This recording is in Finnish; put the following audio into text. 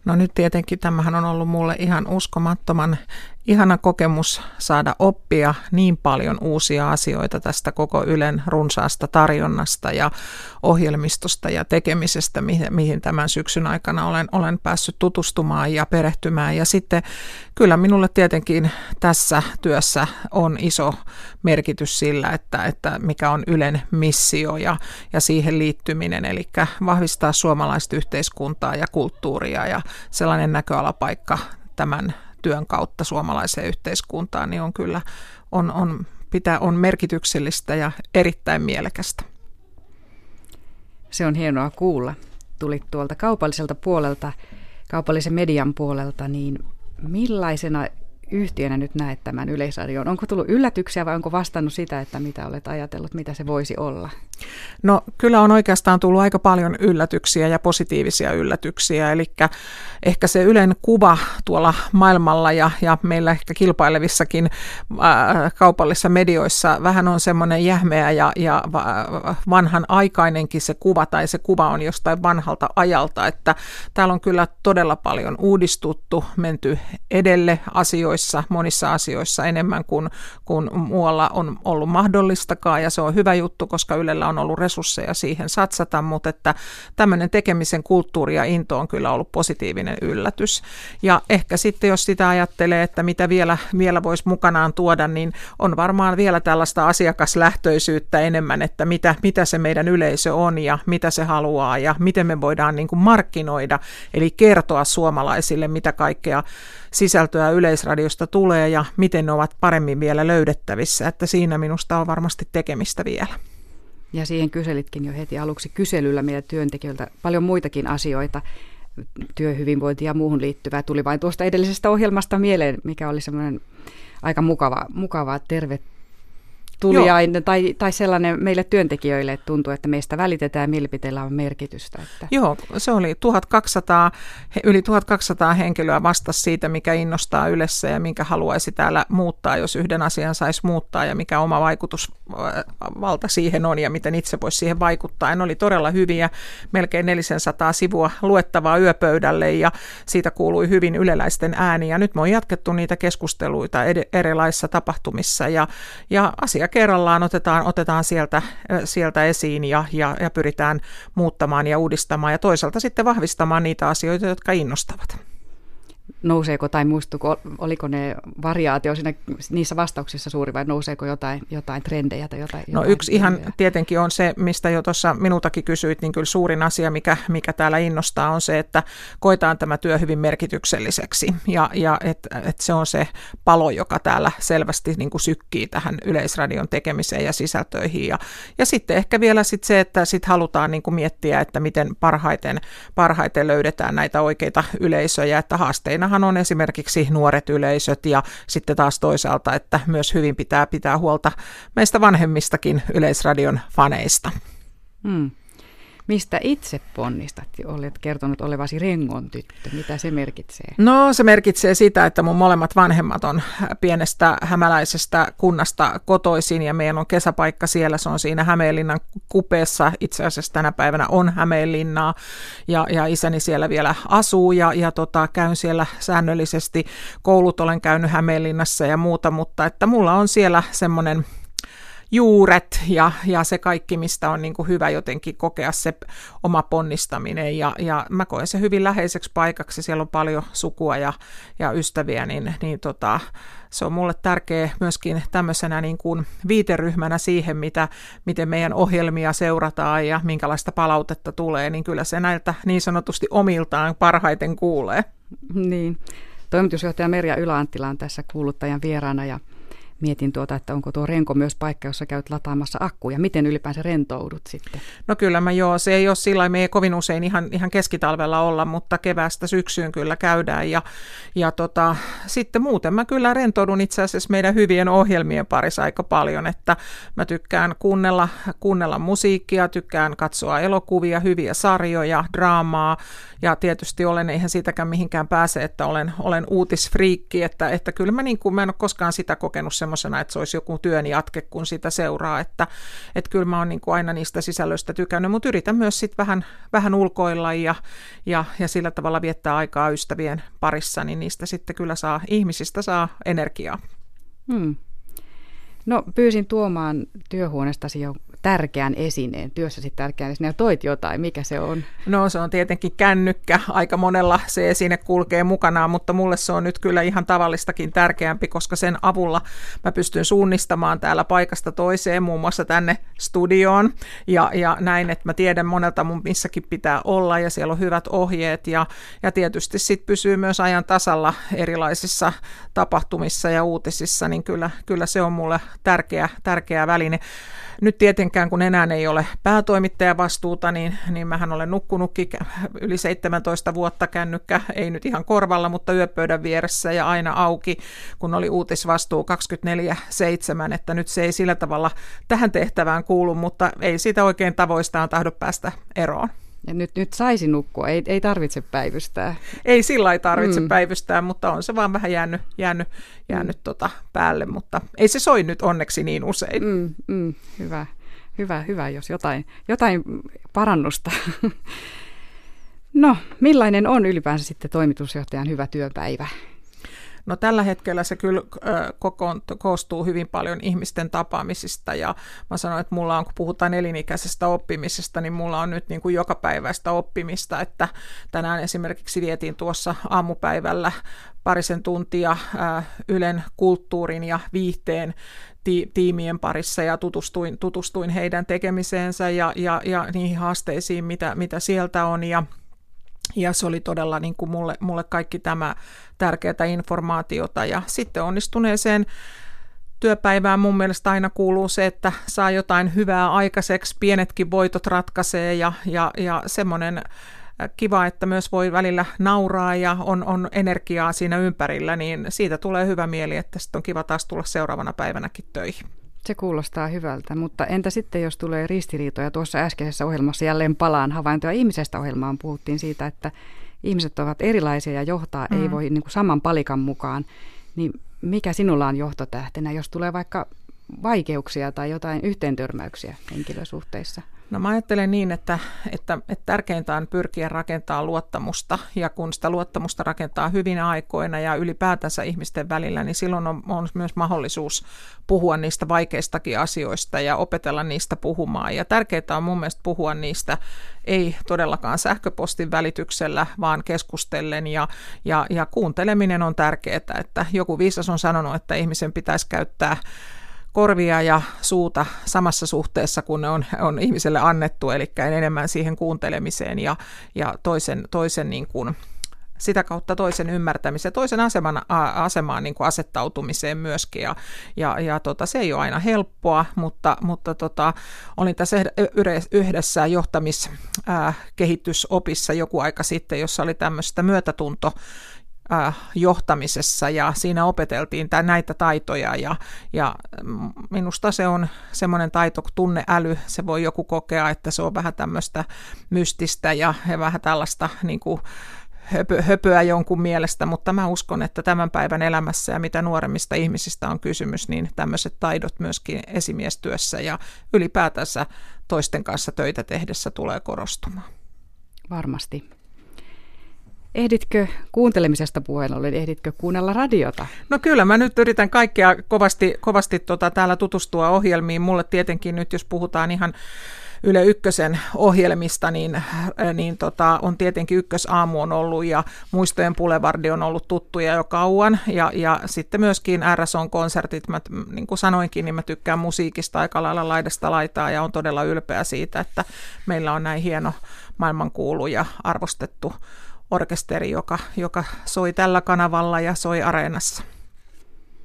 No nyt tietenkin tämähän on ollut mulle ihan uskomattoman ihana kokemus saada oppia niin paljon uusia asioita tästä koko Ylen runsaasta tarjonnasta ja ohjelmistosta ja tekemisestä, mihin tämän syksyn aikana olen päässyt tutustumaan ja perehtymään. Ja sitten kyllä minulle tietenkin tässä työssä on iso merkitys sillä, että mikä on Ylen missio ja siihen liittyminen, eli vahvistaa suomalaista yhteiskuntaa ja kulttuuria ja sellainen näköalapaikka tämän työn kautta suomalaiseen yhteiskuntaan, niin on kyllä on merkityksellistä ja erittäin mielekästä. Se on hienoa kuulla. Tulit tuolta kaupalliselta puolelta, kaupallisen median puolelta, niin millaisena yhtiönä nyt näet tämän Yleisradion? Onko tullut yllätyksiä vai onko vastannut sitä, että mitä olet ajatellut, mitä se voisi olla? No kyllä on oikeastaan tullut aika paljon yllätyksiä ja positiivisia yllätyksiä, eli ehkä se Ylen kuva tuolla maailmalla ja meillä ehkä kilpailevissakin kaupallisissa medioissa vähän on semmoinen jähmeä ja vanhan aikainenkin se kuva, tai se kuva on jostain vanhalta ajalta, että täällä on kyllä todella paljon uudistuttu, menty edelle asioissa, monissa asioissa enemmän kuin muualla on ollut mahdollistakaan, ja se on hyvä juttu, koska Ylellä on ollut resursseja siihen satsata, mutta että tämmöinen tekemisen kulttuuri ja into on kyllä ollut positiivinen yllätys. Ja ehkä sitten, jos sitä ajattelee, että mitä vielä voisi mukanaan tuoda, niin on varmaan vielä tällaista asiakaslähtöisyyttä enemmän, että mitä se meidän yleisö on ja mitä se haluaa ja miten me voidaan niin kuin markkinoida, eli kertoa suomalaisille, mitä kaikkea sisältöä Yleisradiosta tulee ja miten ne ovat paremmin vielä löydettävissä, että siinä minusta on varmasti tekemistä vielä. Ja siihen kyselitkin jo heti aluksi kyselyllä meidän työntekijöiltä paljon muitakin asioita, työhyvinvointiin ja muuhun liittyvää. Tuli vain tuosta edellisestä ohjelmasta mieleen, mikä oli semmoinen aika mukava tervetuliainen tai sellainen meille työntekijöille, että tuntuu, että meistä välitetään ja mielipiteillä on merkitystä. Että. Joo, se oli yli 1200 henkilöä vastasi siitä, mikä innostaa Ylessä ja minkä haluaisi täällä muuttaa, jos yhden asian saisi muuttaa ja mikä oma vaikutusvalta siihen on ja miten itse voisi siihen vaikuttaa. Ja ne oli todella hyviä, melkein 400 sivua luettavaa yöpöydälle ja siitä kuului hyvin yleläisten ääni ja nyt me on jatkettu niitä keskusteluita erilaisissa tapahtumissa ja asia kerrallaan otetaan sieltä esiin ja pyritään muuttamaan ja uudistamaan ja toisaalta sitten vahvistamaan niitä asioita, jotka innostavat. Nouseeko tai muistuuko, oliko ne variaatio siinä, niissä vastauksissa suuri vai nouseeko jotain trendejä tai jotain? No yksi ihan tietenkin on se, mistä jo tuossa minultakin kysyit, niin kyllä suurin asia, mikä täällä innostaa on se, että koetaan tämä työ hyvin merkitykselliseksi ja että se on se palo, joka täällä selvästi niin kuin sykkii tähän Yleisradion tekemiseen ja sisältöihin ja sitten ehkä vielä se, että sit halutaan niin kuin miettiä, että miten parhaiten löydetään näitä oikeita yleisöjä, että haasteinahan on esimerkiksi nuoret yleisöt ja sitten taas toisaalta, että myös hyvin pitää huolta meistä vanhemmistakin Yleisradion faneista. Mistä itse ponnistat? Olet kertonut olevasi Rengon tyttö. Mitä se merkitsee? No se merkitsee sitä, että mun molemmat vanhemmat on pienestä hämäläisestä kunnasta kotoisin ja meidän on kesäpaikka siellä. Se on siinä Hämeenlinnan kupeessa. Itse asiassa tänä päivänä on Hämeenlinnaa ja isäni siellä vielä asuu ja käyn siellä säännöllisesti. Koulut olen käynyt Hämeenlinnassa ja muuta, mutta että mulla on siellä semmoinen juuret ja se kaikki, mistä on niin kuin hyvä jotenkin kokea se oma ponnistaminen ja mä koen se hyvin läheiseksi paikaksi, siellä on paljon sukua ja ystäviä, niin se on mulle tärkeä myöskin tämmöisenä niin kuin viiteryhmänä siihen, miten meidän ohjelmia seurataan ja minkälaista palautetta tulee, niin kyllä se näiltä niin sanotusti omiltaan parhaiten kuulee. Niin, toimitusjohtaja Merja Ylä-Anttila on tässä kuuluttajan vieraana ja mietin että onko tuo Renko myös paikka, jossa käyt lataamassa akkuja. Miten ylipäänsä rentoudut sitten? No kyllä se ei ole sillä me ei kovin usein ihan keskitalvella olla, mutta keväästä syksyyn kyllä käydään. Ja sitten muuten mä kyllä rentoudun itse asiassa meidän hyvien ohjelmien parissa aika paljon, että mä tykkään kuunnella musiikkia, tykkään katsoa elokuvia, hyviä sarjoja, draamaa ja tietysti eihän siitäkään mihinkään pääse, että olen uutisfriikki, että kyllä mä en ole koskaan sitä kokenut semmoista semmoisena, että se olisi joku työn jatke, kun sitä seuraa, että kyllä mä oon niin kuin aina niistä sisällöistä tykännyt, mutta yritän myös sitten vähän ulkoilla ja sillä tavalla viettää aikaa ystävien parissa, niin niistä sitten kyllä ihmisistä saa energiaa. No pyysin tuomaan työhuoneestasi jo tärkeän esineen, työssäsi tärkeän esineen, ja toit jotain. Mikä se on? No se on tietenkin kännykkä. Aika monella se esine kulkee mukanaan, mutta mulle se on nyt kyllä ihan tavallistakin tärkeämpi, koska sen avulla mä pystyn suunnistamaan täällä paikasta toiseen, muun muassa tänne studioon. Ja näin, että mä tiedän monelta mun missäkin pitää olla, ja siellä on hyvät ohjeet. Ja tietysti sit pysyy myös ajan tasalla erilaisissa tapahtumissa ja uutisissa, niin kyllä se on mulle tärkeä väline. Nyt tietenkään, kun enää ei ole päätoimittajan vastuuta, niin mähän olen nukkunutkin yli 17 vuotta, kännykkä, ei nyt ihan korvalla, mutta yöpöydän vieressä ja aina auki, kun oli uutisvastuu 24/7, että nyt se ei sillä tavalla tähän tehtävään kuulu, mutta ei siitä oikein tavoistaan tahdo päästä eroon. Ja nyt saisi nukkua, ei tarvitse päivystää. Ei sillä ei tarvitse päivystää, mutta on se vaan vähän jäänyt päälle, mutta ei se soi nyt onneksi niin usein. Hyvä, jos jotain parannusta. No, millainen on ylipäänsä sitten toimitusjohtajan hyvä työpäivä? No tällä hetkellä se kyllä koostuu hyvin paljon ihmisten tapaamisista ja mä sanoin, että mulla on, kun puhutaan elinikäisestä oppimisesta, niin mulla on nyt niin kuin jokapäiväistä oppimista, että tänään esimerkiksi vietiin tuossa aamupäivällä parisen tuntia Ylen kulttuurin ja viihteen tiimien parissa ja tutustuin heidän tekemiseensä ja niihin haasteisiin, mitä sieltä on ja se oli todella niin kuin mulle kaikki tämä tärkeää informaatiota. Ja sitten onnistuneeseen työpäivään mun mielestä aina kuuluu se, että saa jotain hyvää aikaiseksi, pienetkin voitot ratkaisee ja semmoinen kiva, että myös voi välillä nauraa ja on energiaa siinä ympärillä, niin siitä tulee hyvä mieli, että sitten on kiva taas tulla seuraavana päivänäkin töihin. Se kuulostaa hyvältä, mutta entä sitten, jos tulee ristiriitoja? Tuossa äskeisessä ohjelmassa jälleen palaan havaintoja ihmisestä ohjelmaan. Puhuttiin siitä, että ihmiset ovat erilaisia ja johtaa ei voi niin kuin saman palikan mukaan. Niin mikä sinulla on johtotähtenä, jos tulee vaikka vaikeuksia tai jotain yhteentörmäyksiä henkilösuhteissa? No mä ajattelen niin, että tärkeintä on pyrkiä rakentamaan luottamusta ja kun sitä luottamusta rakentaa hyvinä aikoina ja ylipäätänsä ihmisten välillä, niin silloin on myös mahdollisuus puhua niistä vaikeistakin asioista ja opetella niistä puhumaan. Ja tärkeää on mun mielestä puhua niistä ei todellakaan sähköpostin välityksellä, vaan keskustellen ja kuunteleminen on tärkeää. Että joku viisas on sanonut, että ihmisen pitäisi käyttää korvia ja suuta samassa suhteessa, kun ne on ihmiselle annettu, eli enemmän siihen kuuntelemiseen ja toisen niin kuin, sitä kautta toisen ymmärtämiseen, toisen asemaan niin kuin asettautumiseen myöskin. Se ei ole aina helppoa, mutta olin tässä yhdessä johtamiskehitysopissa joku aika sitten, jossa oli tämmöistä johtamisessa ja siinä opeteltiin näitä taitoja ja minusta se on semmoinen taito kuin tunneäly, se voi joku kokea, että se on vähän tämmöistä mystistä ja vähän tällaista niin kuin höpöä jonkun mielestä, mutta mä uskon, että tämän päivän elämässä ja mitä nuoremmista ihmisistä on kysymys, niin tämmöiset taidot myöskin esimiestyössä ja ylipäätänsä toisten kanssa töitä tehdessä tulee korostumaan. Varmasti. Ehditkö kuuntelemisesta puheen ollen, ehditkö kuunnella radiota? No kyllä, mä nyt yritän kaikkea kovasti täällä tutustua ohjelmiin. Mulle tietenkin nyt, jos puhutaan ihan Yle Ykkösen ohjelmista, niin on tietenkin Ykkösaamu on ollut ja Muistojen Bulevardi on ollut tuttuja jo kauan. Ja sitten myöskin RSOn-konsertit, niin kuin sanoinkin, niin mä tykkään musiikista aika lailla laidasta laitaa ja on todella ylpeä siitä, että meillä on näin hieno maailmankuulu ja arvostettu orkesteri, joka soi tällä kanavalla ja soi Areenassa.